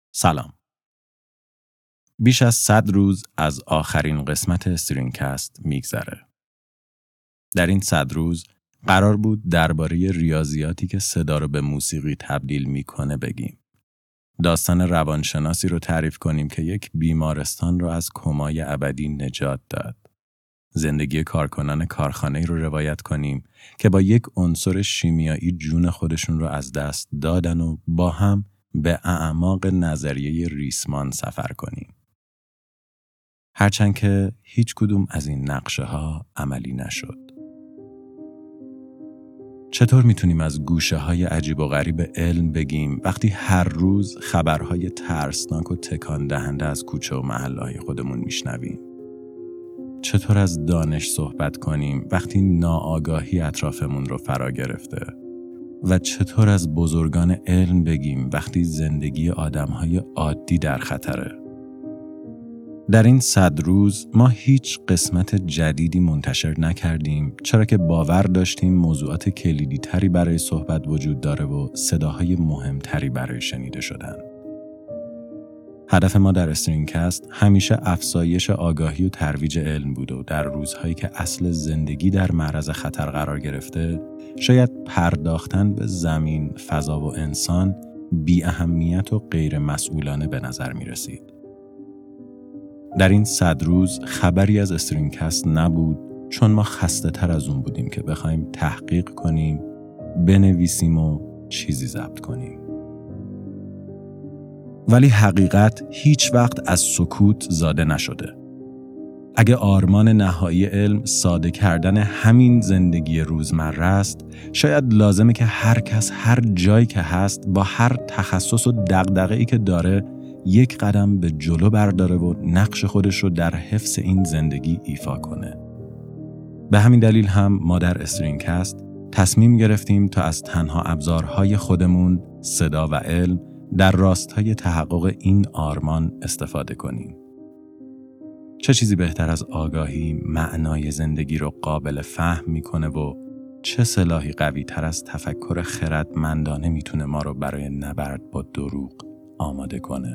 سلام. بیش از 100 روز از آخرین قسمت استرینگ‌کست میگذره. در این 100 روز قرار بود درباره ریاضیاتی که صدا رو به موسیقی تبدیل میکنه بگیم. داستان روانشناسی رو تعریف کنیم که یک بیمارستان رو از کمای ابدی نجات داد. زندگی کارکنان کارخانه‌ای رو روایت کنیم که با یک عنصر شیمیایی جون خودشون رو از دست دادن و با هم به اعماق نظریه ریسمان سفر کنیم. هرچند که هیچ کدوم از این نقشه ها عملی نشد. چطور میتونیم از گوشه های عجیب و غریب علم بگیم وقتی هر روز خبرهای ترسناک و تکان دهنده از کوچه و محله‌های خودمون میشنویم؟ چطور از دانش صحبت کنیم وقتی ناآگاهی اطرافمون رو فرا گرفته؟ و چطور از بزرگان علم بگیم وقتی زندگی آدم‌های عادی در خطره؟ در این 100 روز ما هیچ قسمت جدیدی منتشر نکردیم، چرا که باور داشتیم موضوعات کلیدی تری برای صحبت وجود داره و صداهای مهمتری برای شنیده شدن. هدف ما در استرینگ‌کست همیشه افزایش آگاهی و ترویج علم بود و در روزهایی که اصل زندگی در معرض خطر قرار گرفته، شاید پرداختن به زمین، فضا و انسان بی اهمیت و غیر مسئولانه به نظر می رسید. در این 100 روز خبری از استرینگ‌کست نبود، چون ما خسته تر از اون بودیم که بخوایم تحقیق کنیم، بنویسیم و چیزی ضبط کنیم. ولی حقیقت هیچ وقت از سکوت زاده نشده. اگه آرمان نهایی علم ساده کردن همین زندگی روزمره است، شاید لازمه که هر کس هر جایی که هست با هر تخصص و دغدغه‌ای که داره یک قدم به جلو برداره و نقش خودش رو در حفظ این زندگی ایفا کنه. به همین دلیل هم ما در استرینگ‌کست تصمیم گرفتیم تا از تنها ابزارهای خودمون، صدا و علم، در راستای تحقق این آرمان استفاده کنیم. چه چیزی بهتر از آگاهی معنای زندگی رو قابل فهم میکنه و چه سلاحی قوی تر از تفکر خردمندانه میتونه ما رو برای نبرد با دروغ آماده کنه.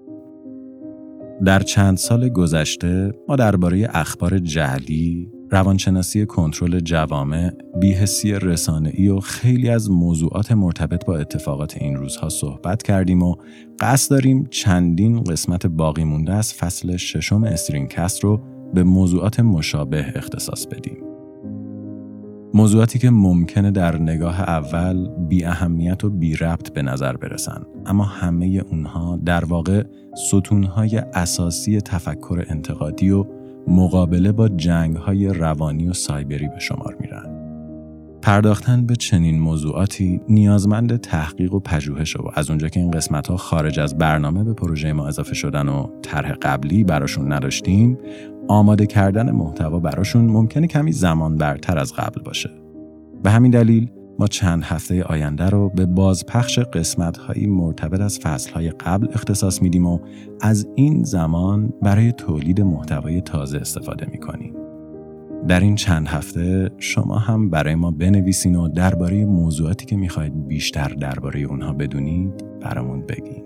در چند سال گذشته ما درباره اخبار جعلی، روانشناسی کنترل جوامع، بی‌حسی رسانه‌ای و خیلی از موضوعات مرتبط با اتفاقات این روزها صحبت کردیم و قصد داریم چندین قسمت باقی مونده از فصل 6 استرینگ‌کست رو به موضوعات مشابه اختصاص بدیم. موضوعاتی که ممکنه در نگاه اول بی اهمیت و بی ربط به نظر برسن، اما همه اونها در واقع ستونهای اساسی تفکر انتقادی و مقابله با جنگ‌های روانی و سایبری به شمار میرن. پرداختن به چنین موضوعاتی نیازمند تحقیق و پژوهش و از اونجا که این قسمت‌ها خارج از برنامه به پروژه ما اضافه شدن و طرح قبلی براشون نداشتیم، آماده کردن محتوا براشون ممکنه کمی زمان برتر از قبل باشه. به همین دلیل ما چند هفته آینده رو به بازپخش قسمت‌های مرتبط از فصل‌های قبل اختصاص میدیم و از این زمان برای تولید محتوای تازه استفاده می‌کنیم. در این چند هفته شما هم برای ما بنویسین و درباره موضوعاتی که می‌خواید بیشتر درباره اونها بدونید برامون بگین.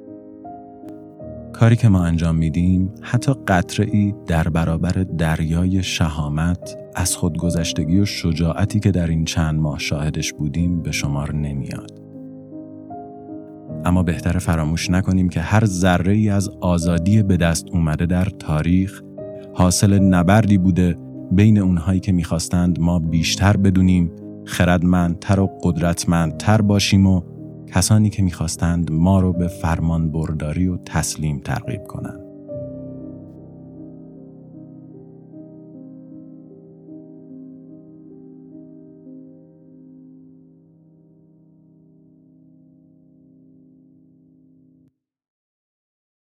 کاری که ما انجام میدیم حتی قطره‌ای در برابر دریای شهامت، از خودگذشتگی و شجاعتی که در این چند ماه شاهدش بودیم به شمار نمیاد. اما بهتر فراموش نکنیم که هر ذره‌ای از آزادی به دست اومده در تاریخ حاصل نبردی بوده بین اونهایی که میخواستند ما بیشتر بدونیم، خردمندتر و قدرتمندتر باشیم و کسانی که میخواستند ما رو به فرمان برداری و تسلیم ترغیب کنند.